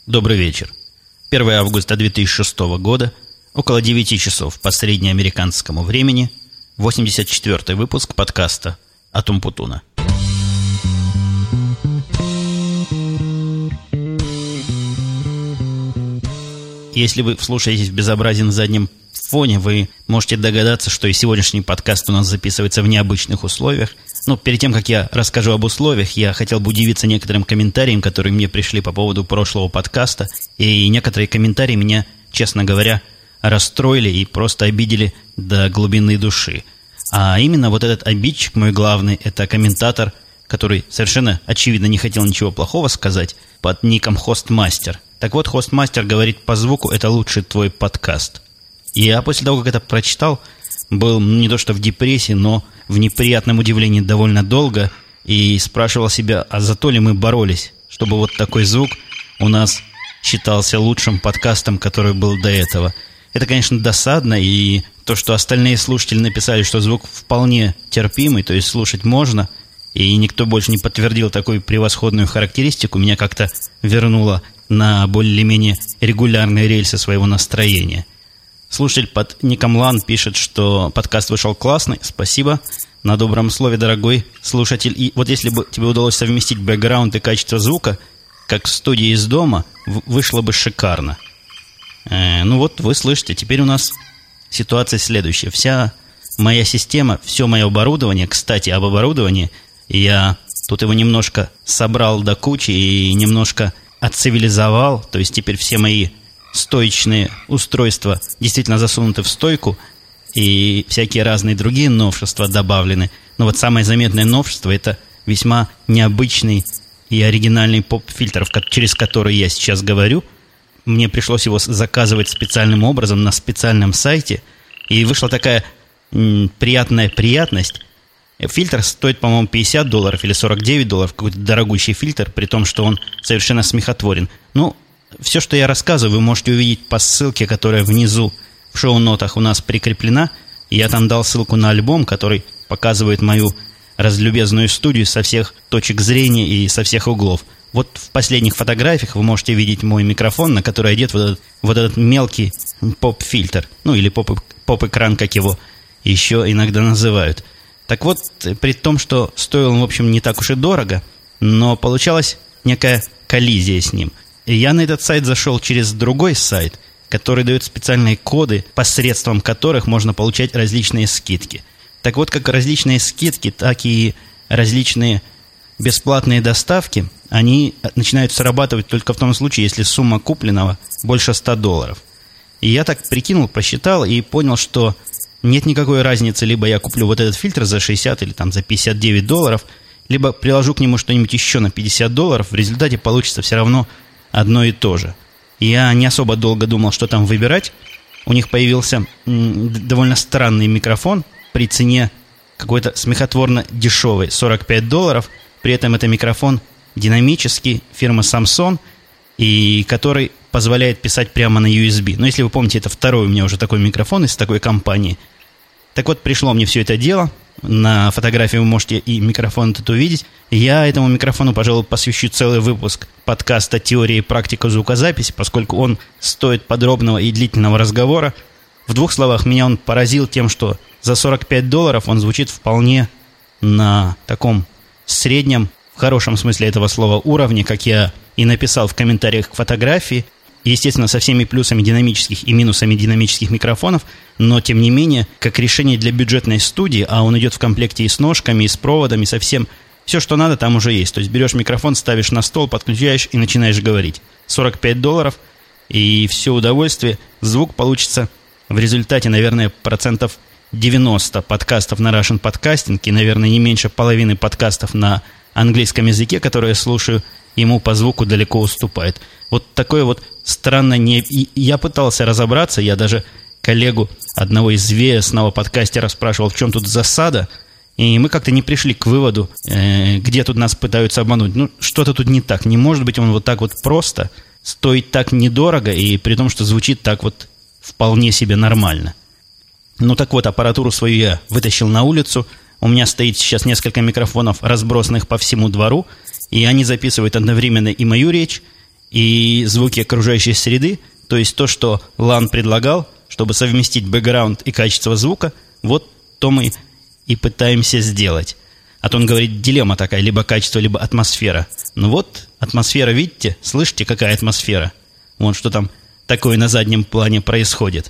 Добрый вечер. 1 августа 2006 года, около 9 часов по среднеамериканскому времени, 84-й выпуск подкаста от Умпутуна. Если вы вслушаетесь в безобразие на заднем фоне, вы можете догадаться, что и сегодняшний подкаст у нас записывается в необычных условиях. Но перед тем, как я расскажу об условиях, я хотел бы удивиться некоторым комментариям, которые мне пришли по поводу прошлого подкаста. И некоторые комментарии меня, честно говоря, расстроили и просто обидели до глубины души. А именно вот этот обидчик мой главный, это комментатор, который совершенно очевидно не хотел ничего плохого сказать, под ником Хостмастер. Так вот, Хостмастер говорит, по звуку это лучший твой подкаст. И я после того, как это прочитал, был не то что в депрессии, но в неприятном удивлении довольно долго и спрашивал себя, а за то ли мы боролись, чтобы вот такой звук у нас считался лучшим подкастом, который был до этого. Это, конечно, досадно, и то, что остальные слушатели написали, что звук вполне терпимый, то есть слушать можно, и никто больше не подтвердил такую превосходную характеристику, меня как-то вернуло на более-менее регулярные рельсы своего настроения. Слушатель под ником Лан пишет, что подкаст вышел классный. Спасибо на добром слове, дорогой слушатель. И вот если бы тебе удалось совместить бэкграунд и качество звука, как в студии из дома, вышло бы шикарно. Ну вот, вы слышите, теперь у нас ситуация следующая. Вся моя система, все мое оборудование, кстати, об оборудовании, я тут его немножко собрал до кучи и немножко отцивилизовал. То есть теперь все мои стоечные устройства действительно засунуты в стойку, и всякие разные другие новшества добавлены. Но вот самое заметное новшество – это весьма необычный и оригинальный поп-фильтр, через который я сейчас говорю. Мне пришлось его заказывать специальным образом на специальном сайте, и вышла такая приятная приятность. Фильтр стоит, по-моему, $50 или $49, какой-то дорогущий фильтр, при том, что он совершенно смехотворен. Ну, все, что я рассказываю, вы можете увидеть по ссылке, которая внизу в шоу-нотах у нас прикреплена. Я там дал ссылку на альбом, который показывает мою разлюбезную студию со всех точек зрения и со всех углов. Вот в последних фотографиях вы можете видеть мой микрофон, на который одет вот этот мелкий поп-фильтр. Ну, или поп-экран, как его еще иногда называют. Так вот, при том, что стоил он, в общем, не так уж и дорого, но получалась некая коллизия с ним. И я на этот сайт зашел через другой сайт, который дает специальные коды, посредством которых можно получать различные скидки. Так вот, как различные скидки, так и различные бесплатные доставки, они начинают срабатывать только в том случае, если сумма купленного больше $100. И я так прикинул, посчитал и понял, что нет никакой разницы, либо я куплю вот этот фильтр за 60 или там за $59, либо приложу к нему что-нибудь еще на $50, в результате получится все равно одно и то же. Я не особо долго думал, что там выбирать. У них появился довольно странный микрофон при цене какой-то смехотворно дешевой, $45. При этом это микрофон динамический, фирмы Samsung, и который позволяет писать прямо на USB. Но если вы помните, это второй у меня уже такой микрофон из такой компании. Так вот, пришло мне все это дело. На фотографии вы можете и микрофон тут увидеть. Я этому микрофону, пожалуй, посвящу целый выпуск подкаста «Теория и практика звукозаписи», поскольку он стоит подробного и длительного разговора. В двух словах, меня он поразил тем, что за $45 он звучит вполне на таком среднем, в хорошем смысле этого слова, уровне, как я и написал в комментариях к фотографии. Естественно, со всеми плюсами динамических и минусами динамических микрофонов, но, тем не менее, как решение для бюджетной студии, а он идет в комплекте и с ножками, и с проводами, совсем все, что надо, там уже есть. То есть берешь микрофон, ставишь на стол, подключаешь и начинаешь говорить. $45 и все удовольствие. Звук получится в результате, наверное, 90% подкастов на Russian Podcasting и, наверное, не меньше половины подкастов на английском языке, которые я слушаю, ему по звуку далеко уступает. Вот такое вот странное... И я пытался разобраться, я даже коллегу одного известного подкастера спрашивал, в чем тут засада, и мы как-то не пришли к выводу, где тут нас пытаются обмануть. Ну, что-то тут не так. Не может быть он вот так вот просто, стоит так недорого, и при том, что звучит так вот вполне себе нормально. Ну так вот, аппаратуру свою я вытащил на улицу. У меня стоит сейчас несколько микрофонов, разбросанных по всему двору, и они записывают одновременно и мою речь, и звуки окружающей среды, то есть то, что LAN предлагал, чтобы совместить бэкграунд и качество звука, вот то мы и пытаемся сделать. А то он говорит, дилемма такая, либо качество, либо атмосфера. Ну вот, атмосфера, видите? Слышите, какая атмосфера? Вон что там такое на заднем плане происходит.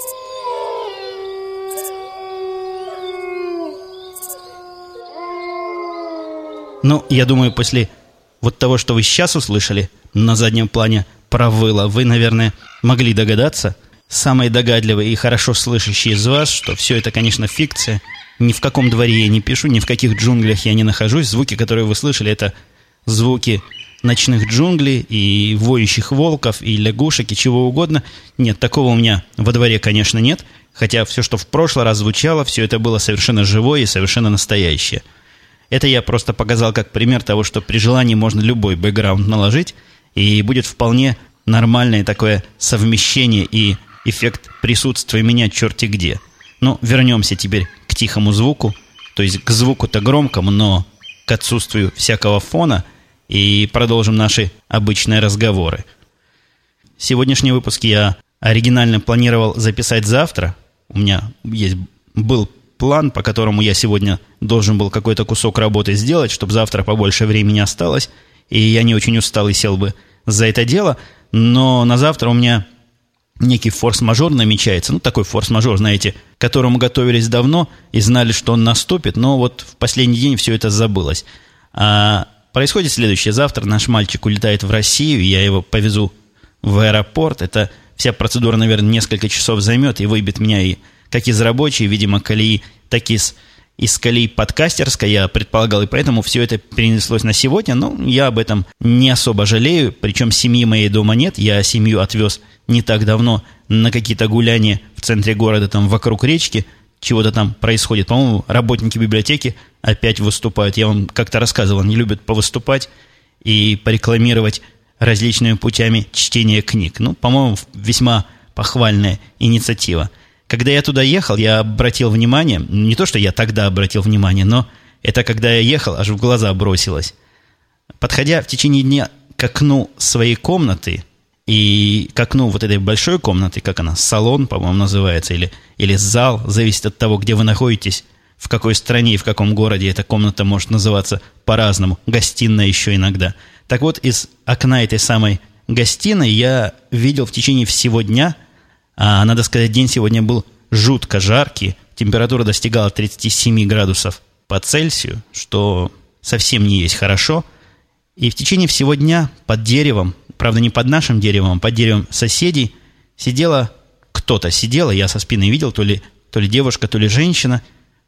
Ну, я думаю, после вот того, что вы сейчас услышали, на заднем плане провыло, вы, наверное, могли догадаться, самые догадливые и хорошо слышащие из вас, что все это, конечно, фикция. Ни в каком дворе я не пишу, ни в каких джунглях я не нахожусь. Звуки, которые вы слышали, это звуки ночных джунглей и воющих волков, и лягушек, и чего угодно. Нет, такого у меня во дворе, конечно, нет. Хотя все, что в прошлый раз звучало, все это было совершенно живое и совершенно настоящее. Это я просто показал как пример того, что при желании можно любой бэкграунд наложить, и будет вполне нормальное такое совмещение и эффект присутствия меня черти где. Ну, вернемся теперь к тихому звуку, то есть к звуку-то громкому, но к отсутствию всякого фона, и продолжим наши обычные разговоры. Сегодняшний выпуск я оригинально планировал записать завтра. У меня был план, по которому я сегодня должен был какой-то кусок работы сделать, чтобы завтра побольше времени осталось, и я не очень устал и сел бы за это дело, но на завтра у меня некий форс-мажор намечается, ну, такой форс-мажор, знаете, к которому готовились давно и знали, что он наступит, но вот в последний день все это забылось. Происходит следующее. Завтра наш мальчик улетает в Россию, я его повезу в аэропорт. Это вся процедура, наверное, несколько часов займет и выбьет меня и как из рабочей, видимо, колеи, так и из колеи подкастерской, я предполагал, и поэтому все это перенеслось на сегодня. Но я об этом не особо жалею, причем семьи моей дома нет. Я семью отвез не так давно на какие-то гуляния в центре города, там вокруг речки, чего-то там происходит. По-моему, работники библиотеки опять выступают. Я вам как-то рассказывал, они любят повыступать и порекламировать различными путями чтения книг. Ну, по-моему, весьма похвальная инициатива. Когда я туда ехал, я обратил внимание, не то, что я тогда обратил внимание, но это когда я ехал, аж в глаза бросилось. Подходя в течение дня к окну своей комнаты и к окну вот этой большой комнаты, как она, салон, по-моему, называется, или зал, зависит от того, где вы находитесь, в какой стране и в каком городе эта комната может называться по-разному, гостиная еще иногда. Так вот, из окна этой самой гостиной я видел в течение всего дня, надо сказать, день сегодня был жутко жаркий, температура достигала 37 градусов по Цельсию, что совсем не есть хорошо. И в течение всего дня под деревом, правда не под нашим деревом, а под деревом соседей, кто-то сидел, я со спины видел, то ли девушка, то ли женщина,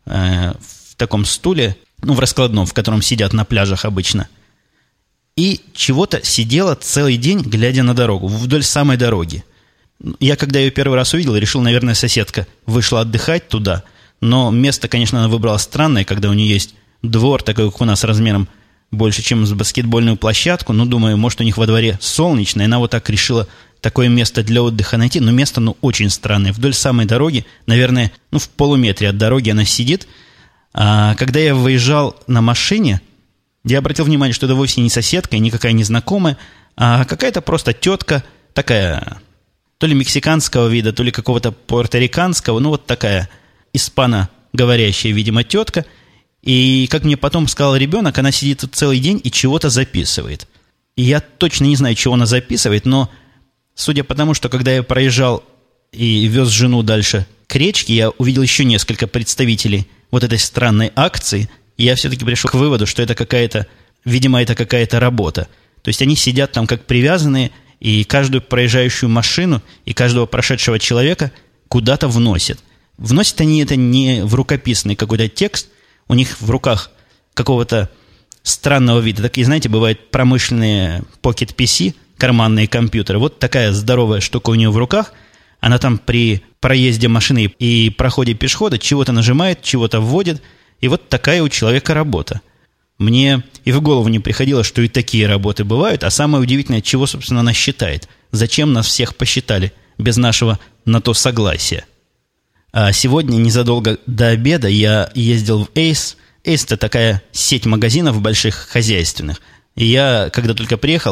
в таком стуле, ну, в раскладном, в котором сидят на пляжах обычно, и чего-то сидела целый день, глядя на дорогу, вдоль самой дороги. Я, когда ее первый раз увидел, решил, наверное, соседка вышла отдыхать туда, но место, конечно, она выбрала странное, когда у нее есть двор, такой, как у нас, размером больше, чем с баскетбольную площадку. Ну, думаю, может, у них во дворе солнечно, и она вот так решила такое место для отдыха найти, но место, очень странное. Вдоль самой дороги, наверное, в полуметре от дороги она сидит. А когда я выезжал на машине, я обратил внимание, что это вовсе не соседка, никакая не знакомая, а какая-то просто тетка, такая, то ли мексиканского вида, то ли какого-то пуэрториканского, вот такая испаноговорящая, видимо, тетка. И, как мне потом сказал ребенок, она сидит тут целый день и чего-то записывает. И я точно не знаю, чего она записывает, но судя по тому, что когда я проезжал и вез жену дальше к речке, я увидел еще несколько представителей вот этой странной акции, и я все-таки пришел к выводу, что это какая-то, видимо, это какая-то работа. То есть они сидят там как привязанные, и каждую проезжающую машину и каждого прошедшего человека куда-то вносят. Вносят они это не в рукописный какой-то текст, у них в руках какого-то странного вида. Такие, знаете, бывают промышленные Pocket PC, карманные компьютеры. Вот такая здоровая штука у нее в руках. Она там при проезде машины и проходе пешехода чего-то нажимает, чего-то вводит. И вот такая у человека работа. Мне и в голову не приходило, что и такие работы бывают. А самое удивительное, чего, собственно, она считает. Зачем нас всех посчитали без нашего на то согласия. А сегодня, незадолго до обеда, я ездил в Ace. Ace – это такая сеть магазинов больших, хозяйственных. И я, когда только приехал,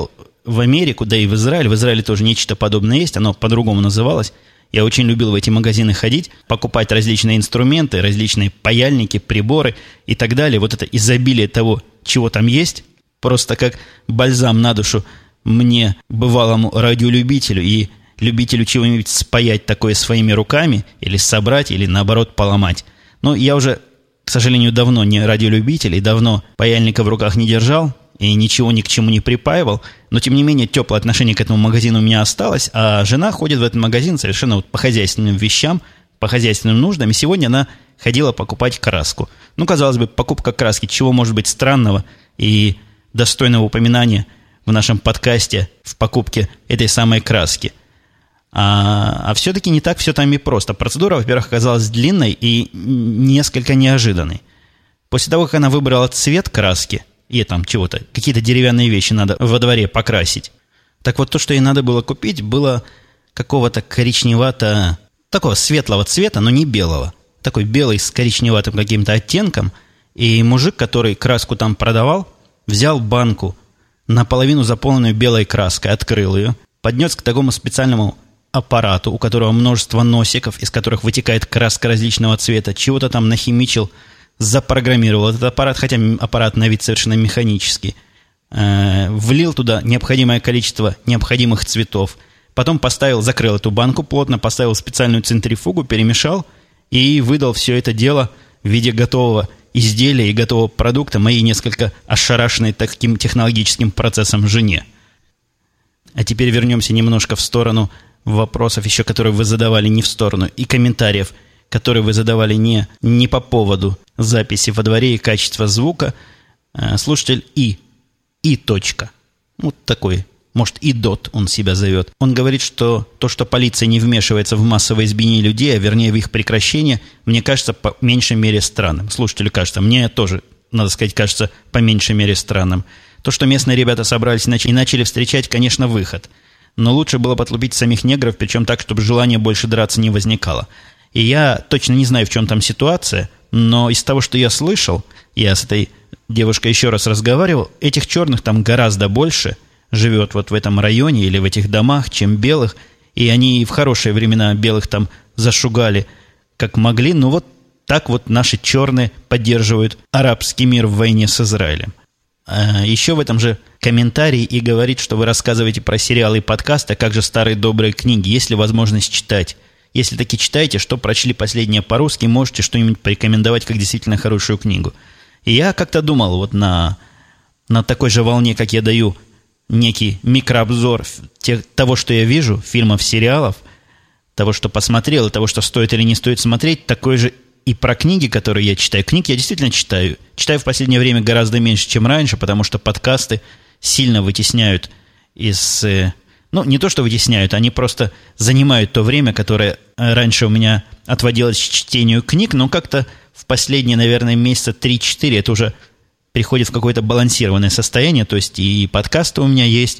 в Америку, да и в Израиль. В Израиле тоже нечто подобное есть, оно по-другому называлось. Я очень любил в эти магазины ходить, покупать различные инструменты, различные паяльники, приборы и так далее. Вот это изобилие того, чего там есть, просто как бальзам на душу мне, бывалому радиолюбителю и любителю чего-нибудь спаять такое своими руками, или собрать, или наоборот поломать. Но я уже, к сожалению, давно не радиолюбитель и давно паяльника в руках не держал и ничего ни к чему не припаивал, но тем не менее теплое отношение к этому магазину у меня осталось, а жена ходит в этот магазин совершенно вот по хозяйственным вещам, по хозяйственным нуждам, и сегодня она ходила покупать краску. Ну, казалось бы, покупка краски, чего может быть странного и достойного упоминания в нашем подкасте в покупке этой самой краски. А все-таки не так все там и просто. Процедура, во-первых, оказалась длинной и несколько неожиданной. После того, как она выбрала цвет краски, и там чего-то, какие-то деревянные вещи надо во дворе покрасить. Так вот, то, что ей надо было купить, было какого-то коричневато, такого светлого цвета, но не белого. Такой белый с коричневатым каким-то оттенком. И мужик, который краску там продавал, взял банку, наполовину заполненную белой краской, открыл ее, поднес к такому специальному аппарату, у которого множество носиков, из которых вытекает краска различного цвета, чего-то там нахимичил, запрограммировал этот аппарат, хотя аппарат на вид совершенно механический, влил туда необходимое количество необходимых цветов, потом закрыл эту банку плотно, поставил специальную центрифугу, перемешал и выдал все это дело в виде готового изделия и готового продукта моей несколько ошарашенной таким технологическим процессом жене. А теперь вернемся немножко в сторону вопросов еще, которые вы задавали не в сторону, и комментариев, которые вы задавали не по поводу записи во дворе и качества звука. Слушатель И. Точка. Вот такой, может, И дот он себя зовет. Он говорит, что то, что полиция не вмешивается в массовое избиение людей, а вернее в их прекращение, мне кажется по меньшей мере странным. Слушателю кажется, мне тоже, надо сказать, кажется по меньшей мере странным. То, что местные ребята собрались и начали встречать, конечно, выход. Но лучше было подлупить самих негров, причем так, чтобы желания больше драться не возникало. И я точно не знаю, в чем там ситуация, но из того, что я слышал, я с этой девушкой еще раз разговаривал, этих черных там гораздо больше живет вот в этом районе или в этих домах, чем белых, и они в хорошие времена белых там зашугали как могли, но вот так вот наши черные поддерживают арабский мир в войне с Израилем. Еще в этом же комментарии и говорит, что вы рассказываете про сериалы и подкасты, а как же старые добрые книги, есть ли возможность читать. Если таки читаете, что прочли последнее по-русски, можете что-нибудь порекомендовать как действительно хорошую книгу. И я как-то думал вот на такой же волне, как я даю некий микрообзор того, что я вижу, фильмов, сериалов, того, что посмотрел, и того, что стоит или не стоит смотреть, такой же и про книги, которые я читаю. Книги я действительно читаю. Читаю в последнее время гораздо меньше, чем раньше, потому что подкасты сильно вытесняют из... Ну, не то, что вытесняют, они просто занимают то время, которое раньше у меня отводилось к чтению книг, но как-то в последние, наверное, месяца 3-4 это уже приходит в какое-то балансированное состояние, то есть и подкасты у меня есть,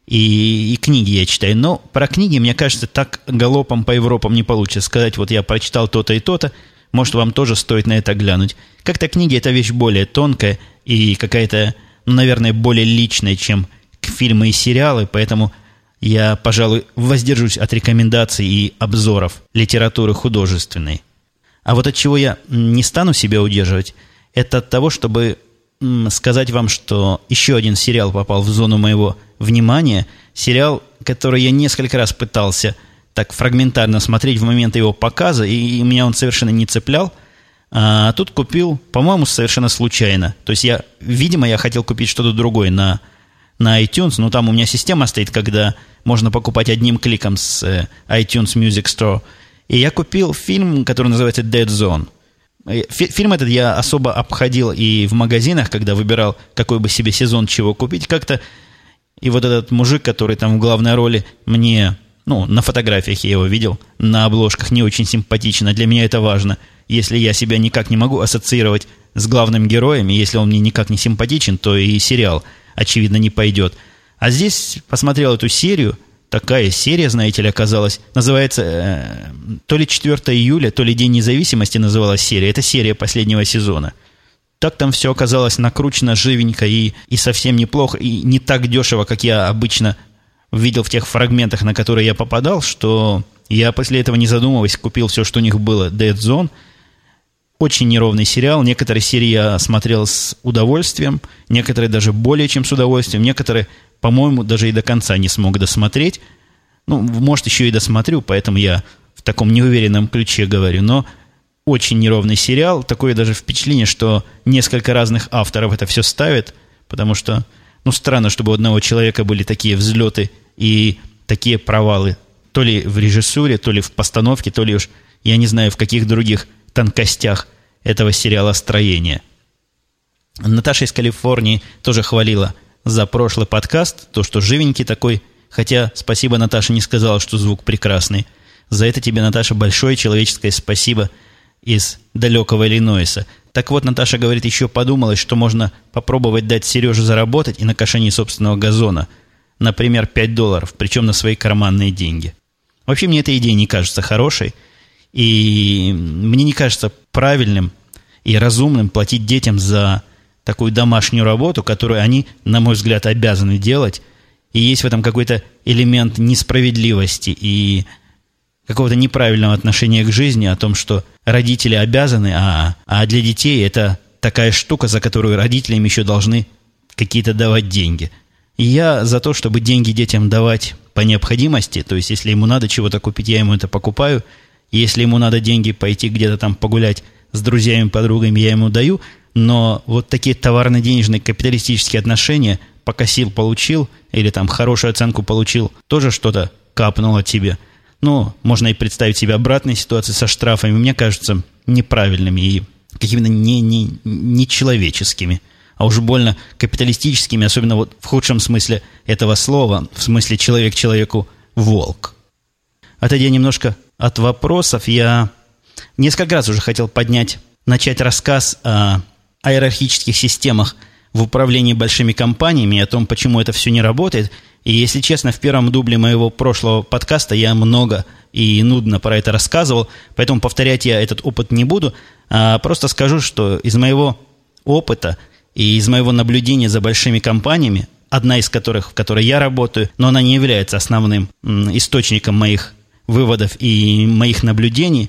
и книги я читаю. Но про книги, мне кажется, так галопом по Европам не получится сказать, вот я прочитал то-то и то-то, может, вам тоже стоит на это глянуть. Как-то книги – это вещь более тонкая и какая-то, наверное, более личная, чем фильмы и сериалы, поэтому я, пожалуй, воздержусь от рекомендаций и обзоров литературы художественной. А вот от чего я не стану себя удерживать, это от того, чтобы сказать вам, что еще один сериал попал в зону моего внимания. Сериал, который я несколько раз пытался так фрагментарно смотреть в момент его показа, и меня он совершенно не цеплял. А тут купил, по-моему, совершенно случайно. То есть, видимо, я хотел купить что-то другое на iTunes, но там у меня система стоит, когда можно покупать одним кликом с iTunes Music Store. И я купил фильм, который называется Dead Zone. Фильм этот я особо обходил и в магазинах, когда выбирал, какой бы себе сезон чего купить. Как-то и вот этот мужик, который там в главной роли, мне, на фотографиях я его видел, на обложках не очень симпатично. Для меня это важно. Если я себя никак не могу ассоциировать с главным героем, и если он мне никак не симпатичен, то и сериал, очевидно, не пойдет. А здесь посмотрел эту серию. Такая серия, знаете ли, оказалась. Называется то ли 4 июля, то ли День независимости называлась серия. Это серия последнего сезона. так там все оказалось накручено, живенько и совсем неплохо, и не так дешево, как я обычно видел в тех фрагментах, на которые я попадал, что я после этого, не задумываясь, купил все, что у них было. Dead Zone. Очень неровный сериал. Некоторые серии я смотрел с удовольствием, некоторые даже более чем с удовольствием, некоторые, по-моему, даже и до конца не смог досмотреть. Ну, может, еще и досмотрю, поэтому я в таком неуверенном ключе говорю, но очень неровный сериал. Такое даже впечатление, что несколько разных авторов это все ставят, потому что, странно, чтобы у одного человека были такие взлеты и такие провалы. То ли в режиссуре, то ли в постановке, то ли уж, я не знаю, в каких других тонкостях этого сериала строения. Наташа из Калифорнии тоже хвалила за прошлый подкаст, то, что живенький такой, хотя, спасибо, Наташа не сказала, что звук прекрасный. За это тебе, Наташа, большое человеческое спасибо из далекого Иллинойса. Так вот, Наташа говорит, еще подумалось, что можно попробовать дать Сереже заработать и на кошении собственного газона. Например, $5, причем на свои карманные деньги. Вообще, мне эта идея не кажется хорошей. И мне не кажется правильным и разумным платить детям за такую домашнюю работу, которую они, на мой взгляд, обязаны делать. И есть в этом какой-то элемент несправедливости и какого-то неправильного отношения к жизни, о том, что родители обязаны, а для детей это такая штука, за которую родители им еще должны какие-то давать деньги. И я за то, чтобы деньги детям давать по необходимости, то есть если ему надо чего-то купить, я ему это покупаю, если ему надо деньги пойти где-то там погулять с друзьями, подругами, я ему даю, но вот такие товарно-денежные капиталистические отношения, покосил, получил, или там хорошую оценку получил, тоже что-то капнуло тебе. Можно и представить себе обратные ситуации со штрафами, мне кажется, неправильными и какими-то нечеловеческими, а уж больно капиталистическими, особенно вот в худшем смысле этого слова, в смысле человек человеку волк. Отойдя немножко от вопросов, я несколько раз уже хотел начать рассказ о иерархических системах в управлении большими компаниями, о том, почему это все не работает. И, если честно, в первом дубле моего прошлого подкаста я много и нудно про это рассказывал, поэтому повторять я этот опыт не буду, а просто скажу, что из моего опыта и из моего наблюдения за большими компаниями, одна из которых, в которой я работаю, но она не является основным источником моих выводов и моих наблюдений,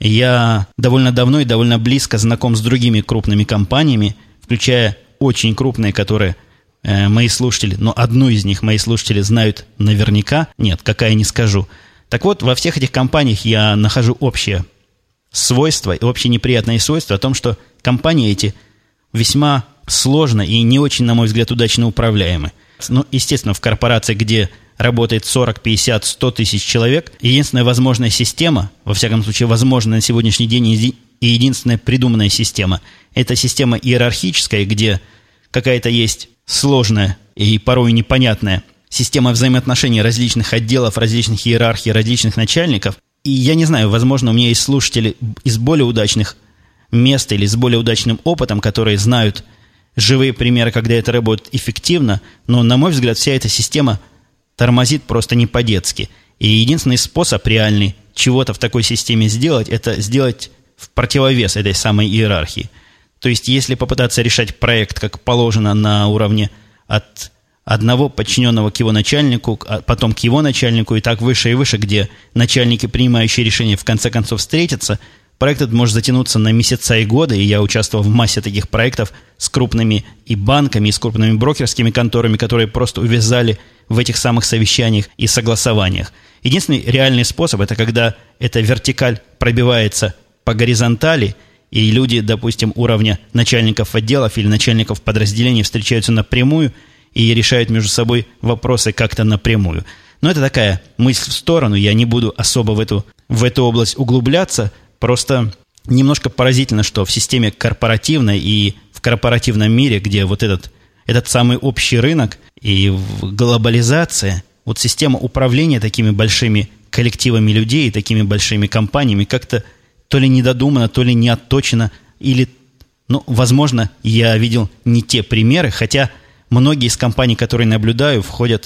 я довольно давно и довольно близко знаком с другими крупными компаниями, включая очень крупные, которые мои слушатели, но одну из них мои слушатели знают наверняка, нет, какая не скажу. Так вот, во всех этих компаниях я нахожу общее свойство и общие неприятные свойства о том, что компании эти весьма сложно и не очень, на мой взгляд, удачно управляемы. Естественно, в корпорации, где работает 40, 50, 100 тысяч человек, единственная возможная система, во всяком случае, возможная на сегодняшний день и единственная придуманная система, это система иерархическая, где какая-то есть сложная и порой непонятная система взаимоотношений различных отделов, различных иерархий, различных начальников. И я не знаю, возможно, у меня есть слушатели из более удачных мест или с более удачным опытом, которые знают живые примеры, когда это работает эффективно, но, на мой взгляд, вся эта система тормозит просто не по-детски. И единственный способ реальный чего-то в такой системе сделать, это сделать в противовес этой самой иерархии. То есть, если попытаться решать проект, как положено, на уровне от одного подчиненного к его начальнику, а потом к его начальнику, и так выше и выше, где начальники, принимающие решения, в конце концов встретятся, проект этот может затянуться на месяца и годы, и я участвовал в массе таких проектов с крупными и банками, и с крупными брокерскими конторами, которые просто увязали в этих самых совещаниях и согласованиях. Единственный реальный способ – это когда эта вертикаль пробивается по горизонтали, и люди, допустим, уровня начальников отделов или начальников подразделений встречаются напрямую и решают между собой вопросы как-то напрямую. Но это такая мысль в сторону, я не буду особо в эту область углубляться, просто немножко поразительно, что в системе корпоративной и в корпоративном мире, где вот этот самый общий рынок и глобализация, вот система управления такими большими коллективами людей и такими большими компаниями как-то то ли недодумано, то ли не отточено, или, возможно, я видел не те примеры, хотя многие из компаний, которые наблюдаю,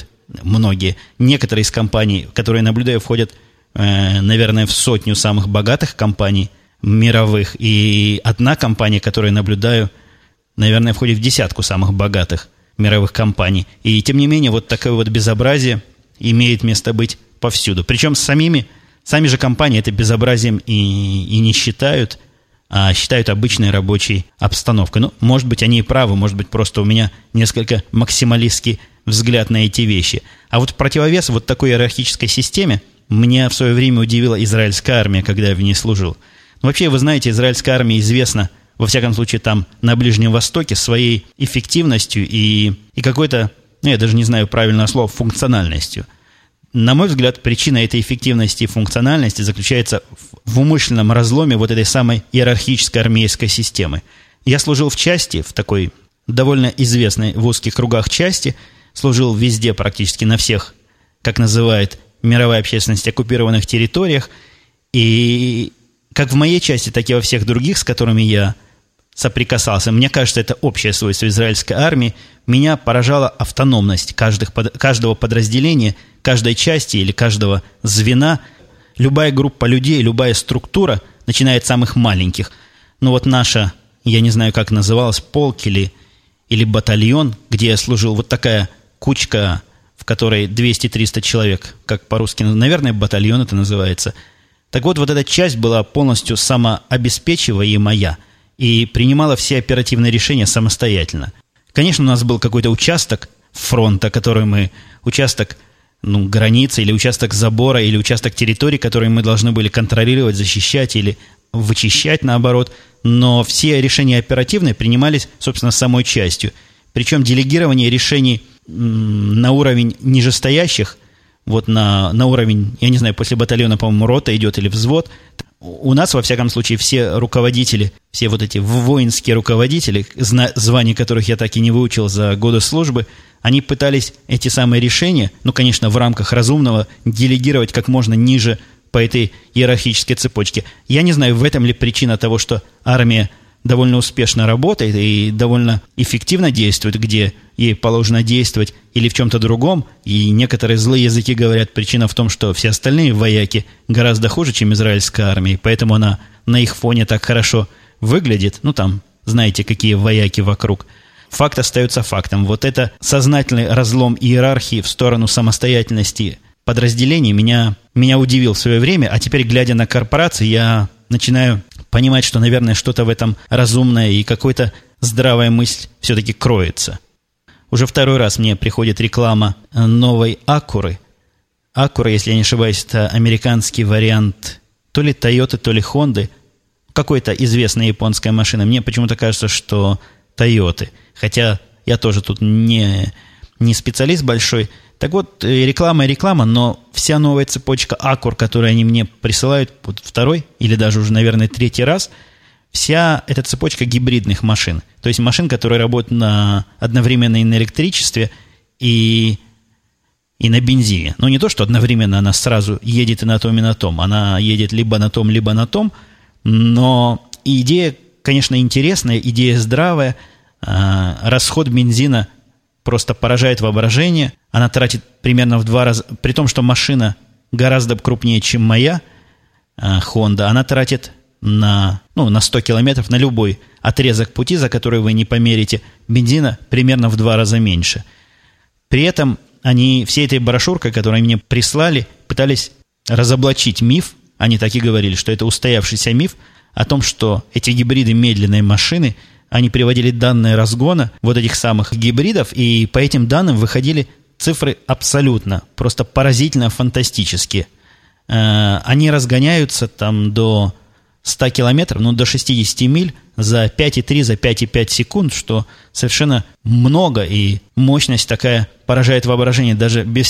некоторые из компаний, которые наблюдаю, входят, наверное, в 100 самых богатых компаний мировых, и одна компания, которую наблюдаю, наверное, входит в десятку самых богатых мировых компаний. И, тем не менее, вот такое вот безобразие имеет место быть повсюду. Причем сами же компании это безобразием и не считают, а считают обычной рабочей обстановкой. Ну, может быть, они и правы, может быть, просто у меня несколько максималистский взгляд на эти вещи. А вот в противовес вот такой иерархической системе меня в свое время удивила израильская армия, когда я в ней служил. Ну, вообще, вы знаете, израильская армия известна, во всяком случае, там, на Ближнем Востоке, своей эффективностью и какой-то, я даже не знаю правильного слова, функциональностью. На мой взгляд, причина этой эффективности и функциональности заключается в умышленном разломе вот этой самой иерархической армейской системы. Я служил в части, в такой довольно известной в узких кругах части, служил везде практически на всех, как называет мировая общественность, оккупированных территориях, и как в моей части, так и во всех других, с которыми я соприкасался, мне кажется, это общее свойство израильской армии, меня поражала автономность каждого подразделения, каждой части или каждого звена. Любая группа людей, любая структура, начиная от самых маленьких. Ну вот наша, я не знаю, как называлась, полк или батальон, где я служил, вот такая кучка, в которой 200-300 человек, как по-русски, наверное, батальон это называется. Так вот эта часть была полностью самообеспечиваемая и принимала все оперативные решения самостоятельно. Конечно, у нас был какой-то участок фронта, участок границы, или участок забора, или участок территории, который мы должны были контролировать, защищать или вычищать, наоборот. Но все решения оперативные принимались, собственно, самой частью. Причем делегирование решений на уровень нижестоящих, вот на уровень, я не знаю, после батальона, по-моему, рота идет или взвод. У нас, во всяком случае, все руководители, все вот эти воинские руководители, звания которых я так и не выучил за годы службы, они пытались эти самые решения, конечно, в рамках разумного, делегировать как можно ниже по этой иерархической цепочке. Я не знаю, в этом ли причина того, что армия довольно успешно работает и довольно эффективно действует, где ей положено действовать, или в чем-то другом. И некоторые злые языки говорят, причина в том, что все остальные вояки гораздо хуже, чем израильская армия, и поэтому она на их фоне так хорошо выглядит. Там, знаете, какие вояки вокруг. Факт остается фактом. Вот это сознательный разлом иерархии в сторону самостоятельности подразделений меня удивил в свое время, а теперь, глядя на корпорации, я начинаю понимать, что, наверное, что-то в этом разумное и какая-то здравая мысль все-таки кроется. Уже второй раз мне приходит реклама новой Acura. Acura, если я не ошибаюсь, это американский вариант то ли Toyota, то ли Honda. Какой-то известная японская машина. Мне почему-то кажется, что Toyota. Хотя я тоже тут не специалист большой. Так вот, реклама, но вся новая цепочка Acura, которую они мне присылают, вот второй или даже уже, наверное, третий раз, вся эта цепочка гибридных машин. То есть машин, которые работают одновременно и на электричестве, и на бензине. Но не то, что одновременно она сразу едет и на том, и на том. Она едет либо на том, либо на том. Но идея, конечно, интересная, идея здравая. Расход бензина просто поражает воображение. Она тратит примерно в 2 раза, при том, что машина гораздо крупнее, чем моя Honda, она тратит на 100 километров, на любой отрезок пути, за который вы не померите, бензина примерно в 2 раза меньше. При этом они всей этой брошюркой, которую они мне прислали, пытались разоблачить миф, они так и говорили, что это устоявшийся миф о том, что эти гибриды медленные машины, они приводили данные разгона вот этих самых гибридов, и по этим данным выходили цифры абсолютно, просто поразительно фантастические. Они разгоняются там до 100 километров, до 60 миль за 5,3, за 5,5 секунд, что совершенно много, и мощность такая поражает воображение даже без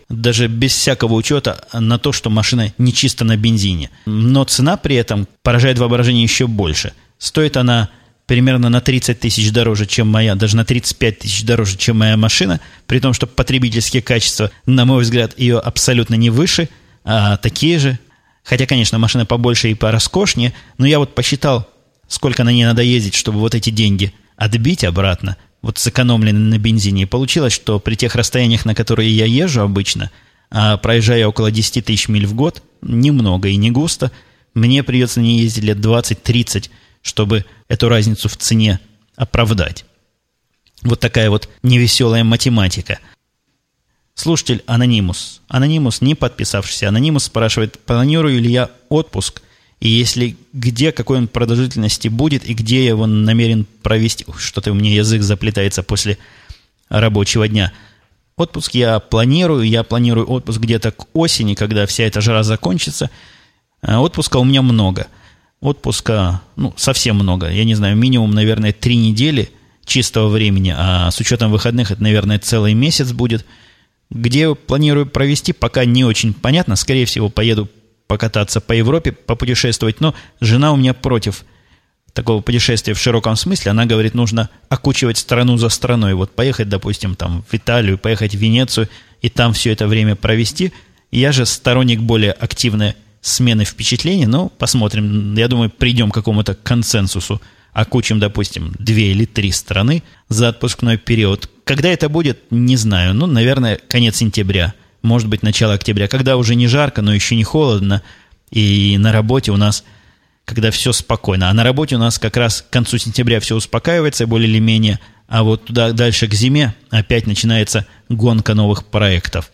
всякого учета на то, что машина не чисто на бензине. Но цена при этом поражает воображение еще больше. Стоит она примерно на 30 тысяч дороже, чем моя, даже на 35 тысяч дороже, чем моя машина, при том, что потребительские качества, на мой взгляд, ее абсолютно не выше, а такие же. Хотя, конечно, машина побольше и пороскошнее, но я вот посчитал, сколько на ней надо ездить, чтобы вот эти деньги отбить обратно, вот сэкономленные на бензине. И получилось, что при тех расстояниях, на которые я езжу обычно, проезжая около 10 тысяч миль в год, немного и не густо, мне придется не ездить лет 20-30, чтобы эту разницу в цене оправдать. Вот такая вот невеселая математика. Слушатель Анонимус, не подписавшийся, Анонимус спрашивает, планирую ли я отпуск, и если где, какой он продолжительности будет, и где я его намерен провести. Что-то у меня язык заплетается после рабочего дня. Отпуск я планирую отпуск где-то к осени, когда вся эта жара закончится. Отпуска у меня много. Отпуска, совсем много. Я не знаю, минимум, наверное, 3 недели чистого времени, а с учетом выходных это, наверное, целый месяц будет. Где планирую провести, пока не очень понятно. Скорее всего, поеду покататься по Европе, попутешествовать. Но жена у меня против такого путешествия в широком смысле. Она говорит, нужно окучивать страну за страной. Вот поехать, допустим, там в Италию, поехать в Венецию и там все это время провести. Я же сторонник более активной смены впечатлений. Но посмотрим. Я думаю, придем к какому-то консенсусу. Окучим, допустим, 2 или 3 страны за отпускной период. Когда это будет, не знаю. Наверное, конец сентября. Может быть, начало октября. Когда уже не жарко, но еще не холодно. И на работе у нас, когда все спокойно. А на работе у нас как раз к концу сентября все успокаивается более или менее. А вот туда дальше к зиме опять начинается гонка новых проектов.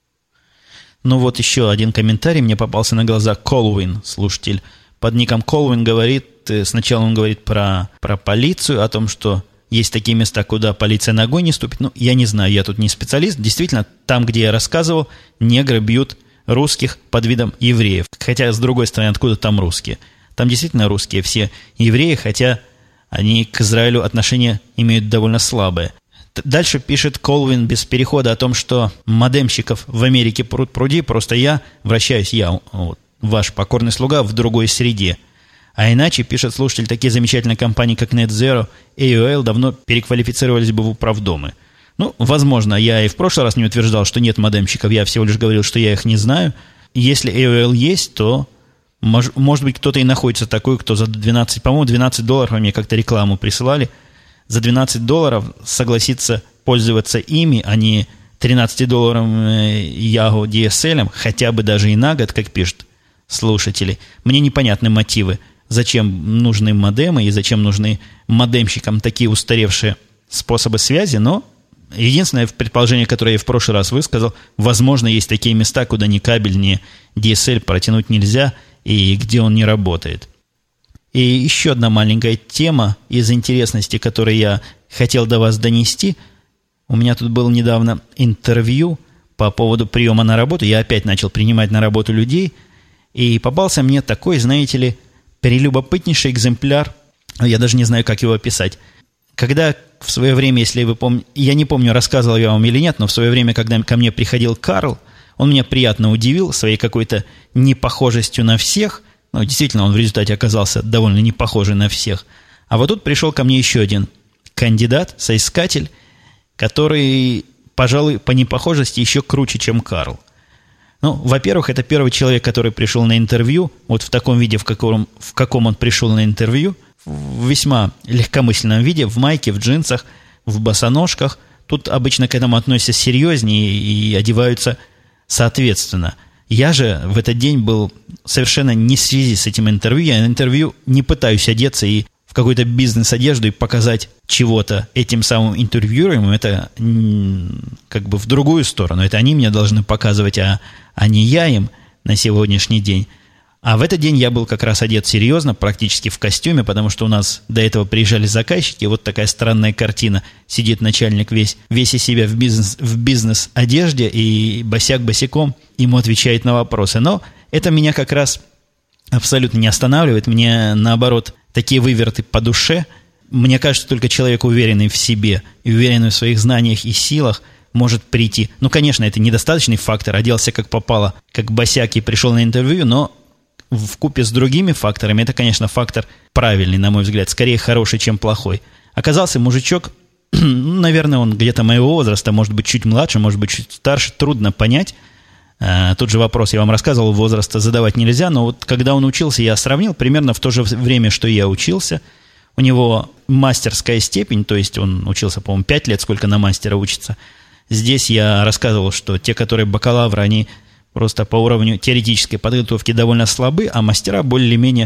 Вот еще один комментарий мне попался на глаза. Колвин, слушатель, под ником Колвин говорит, сначала он говорит про полицию, о том, что есть такие места, куда полиция ногой не ступит. Я не знаю, я тут не специалист. Действительно, там, где я рассказывал, негры бьют русских под видом евреев. Хотя, с другой стороны, откуда там русские? Там действительно русские все евреи, хотя они к Израилю отношения имеют довольно слабые. Дальше пишет Колвин без перехода о том, что модемщиков в Америке пруд-пруди, просто вращаюсь, ваш покорный слуга, в другой среде. А иначе, пишет слушатель, такие замечательные компании, как NetZero, AOL, давно переквалифицировались бы в управдомы. Возможно, я и в прошлый раз не утверждал, что нет модемщиков, я всего лишь говорил, что я их не знаю. Если AOL есть, то, может быть, кто-то и находится такой, кто за $12 мне как-то рекламу присылали, за $12 согласится пользоваться ими, а не $13 Yahoo DSL, хотя бы даже и на год, как пишут слушатели. Мне непонятны мотивы. Зачем нужны модемы и зачем нужны модемщикам такие устаревшие способы связи, но единственное предположение, которое я в прошлый раз высказал, возможно, есть такие места, куда ни кабель, ни DSL протянуть нельзя и где он не работает. И еще одна маленькая тема из интересности, которую я хотел до вас донести. У меня тут было недавно интервью по поводу приема на работу. Я опять начал принимать на работу людей, и попался мне такой, знаете ли, прелюбопытнейший экземпляр, я даже не знаю, как его описать. Когда в свое время, если вы помните, я не помню, рассказывал я вам или нет, но в свое время, когда ко мне приходил Карл, он меня приятно удивил своей какой-то непохожестью на всех. Действительно, он в результате оказался довольно непохожий на всех. А вот тут пришел ко мне еще один кандидат, соискатель, который, пожалуй, по непохожести еще круче, чем Карл. Во-первых, это первый человек, который пришел на интервью, вот в таком виде, в каком он пришел на интервью, в весьма легкомысленном виде, в майке, в джинсах, в босоножках. Тут обычно к этому относятся серьезнее и одеваются соответственно. Я же в этот день был совершенно не в связи с этим интервью. Я на интервью не пытаюсь одеться и в какую-то бизнес-одежду и показать чего-то этим самым интервьюерам. Это как бы в другую сторону. Это они меня должны показывать, а не я им на сегодняшний день. А в этот день я был как раз одет серьезно, практически в костюме, потому что у нас до этого приезжали заказчики. Вот такая странная картина. Сидит начальник весь из себя в бизнес-одежде, и босяк босиком ему отвечает на вопросы. Но это меня как раз абсолютно не останавливает. Мне, наоборот, такие выверты по душе. Мне кажется, только человек, уверенный в себе и уверенный в своих знаниях и силах, может прийти. Конечно, это недостаточный фактор. Оделся как попало, как босяк, и пришел на интервью, но вкупе с другими факторами, это, конечно, фактор правильный, на мой взгляд, скорее хороший, чем плохой. Оказался мужичок, наверное, он где-то моего возраста, может быть, чуть младше, может быть, чуть старше, трудно понять. Тут же вопрос, я вам рассказывал, возраста задавать нельзя, но вот когда он учился, я сравнил примерно в то же время, что я учился. У него мастерская степень, то есть он учился, по-моему, 5 лет, сколько на мастера учится. Здесь я рассказывал, что те, которые бакалавры, они просто по уровню теоретической подготовки довольно слабы, а мастера более-менее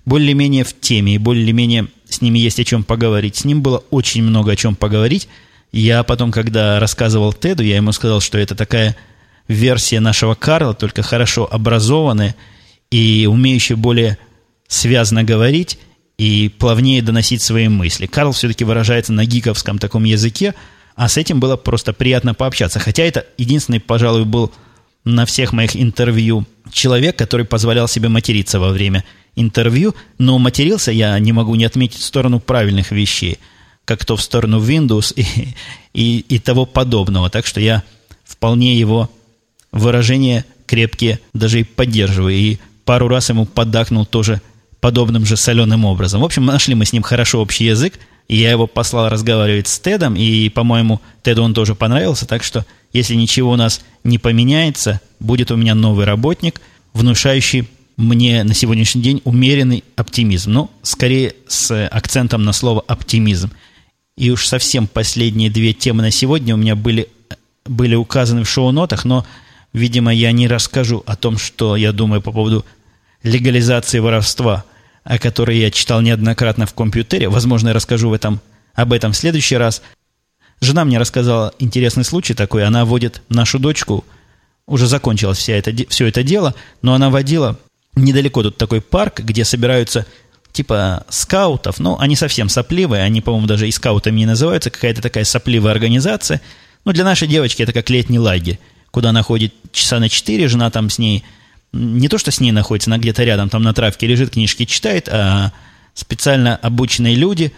более-менее в теме, и более-менее с ними есть о чем поговорить. С ним было очень много о чем поговорить. Я потом, когда рассказывал Теду, я ему сказал, что это такая версия нашего Карла, только хорошо образованная и умеющая более связно говорить и плавнее доносить свои мысли. Карл все-таки выражается на гиковском таком языке, а с этим было просто приятно пообщаться. Хотя это единственный, пожалуй, был на всех моих интервью человек, который позволял себе материться во время интервью, но матерился я не могу не отметить в сторону правильных вещей, как то в сторону Windows и того подобного. Так что я вполне его выражения крепкие даже и поддерживаю. И пару раз ему поддакнул тоже подобным же соленым образом. В общем, нашли мы с ним хорошо общий язык, и я его послал разговаривать с Тедом, и, по-моему, Теду он тоже понравился, так что, если ничего у нас не поменяется, будет у меня новый работник, внушающий мне на сегодняшний день умеренный оптимизм. Ну, скорее с акцентом на слово «оптимизм». И уж совсем последние две темы на сегодня у меня были указаны в шоу-нотах, но, видимо, я не расскажу о том, что я думаю по поводу легализации воровства, о которой я читал неоднократно в компьютере. Возможно, я расскажу об этом в следующий раз. Жена мне рассказала интересный случай такой. Она водит нашу дочку, уже закончилось все это дело, но она водила недалеко тут такой парк, где собираются типа скаутов, но они совсем сопливые, они, по-моему, даже и скаутами не называются, какая-то такая сопливая организация. Но для нашей девочки это как летний лагерь, куда она ходит часа на 4, жена там с ней, не то что с ней находится, она где-то рядом там на травке лежит, книжки читает, а специально обученные люди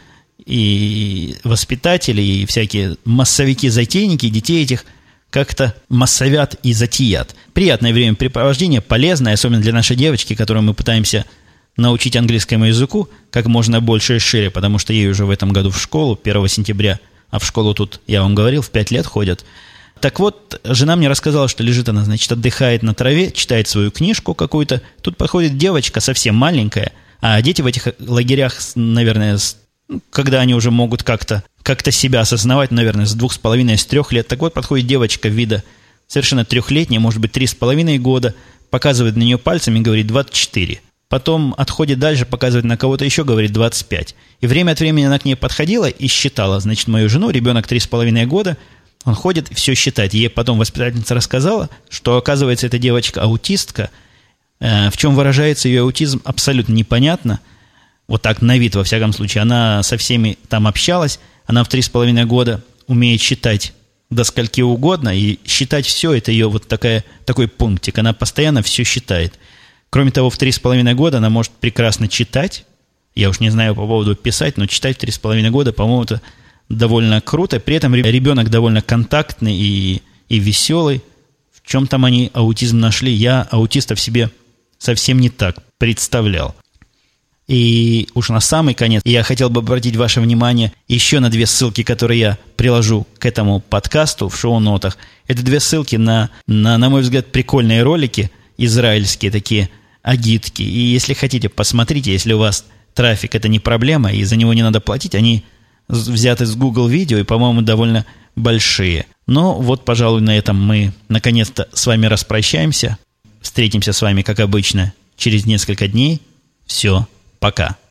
и воспитатели, и всякие массовики-затейники детей этих как-то массовят и затият. Приятное времяпрепровождение, полезное, особенно для нашей девочки, которую мы пытаемся научить английскому языку как можно больше и шире, потому что ей уже в этом году в школу, 1 сентября, а в школу тут, я вам говорил, в 5 лет ходят. Так вот, жена мне рассказала, что лежит она, значит, отдыхает на траве, читает свою книжку какую-то. Тут подходит девочка совсем маленькая, а дети в этих лагерях, наверное, когда они уже могут как-то себя осознавать, наверное, с 2,5, с 3 лет. Так вот, подходит девочка вида совершенно 3-летняя, может быть, 3,5 года, показывает на нее пальцем и говорит 24. Потом отходит дальше, показывает на кого-то еще, говорит 25. И время от времени она к ней подходила и считала, значит, мою жену, ребенок 3,5 года, он ходит и все считает. Ей потом воспитательница рассказала, что, оказывается, эта девочка аутистка. В чем выражается ее аутизм, абсолютно непонятно. Вот так на вид, во всяком случае. Она со всеми там общалась. Она в 3,5 года умеет считать до скольки угодно. И считать все – это ее вот такой пунктик. Она постоянно все считает. Кроме того, в 3,5 года она может прекрасно читать. Я уж не знаю по поводу писать, но читать в 3,5 года, по-моему, это довольно круто. При этом ребенок довольно контактный и веселый. В чем там они аутизм нашли? Я аутистов себе совсем не так представлял. И уж на самый конец я хотел бы обратить ваше внимание еще на 2 ссылки, которые я приложу к этому подкасту в шоу-нотах. Это 2 ссылки на мой взгляд, прикольные ролики, израильские такие агитки. И если хотите, посмотрите, если у вас трафик – это не проблема, и за него не надо платить, они взяты с Google Видео и, по-моему, довольно большие. Но вот, пожалуй, на этом мы наконец-то с вами распрощаемся. Встретимся с вами, как обычно, через несколько дней. Все, пока.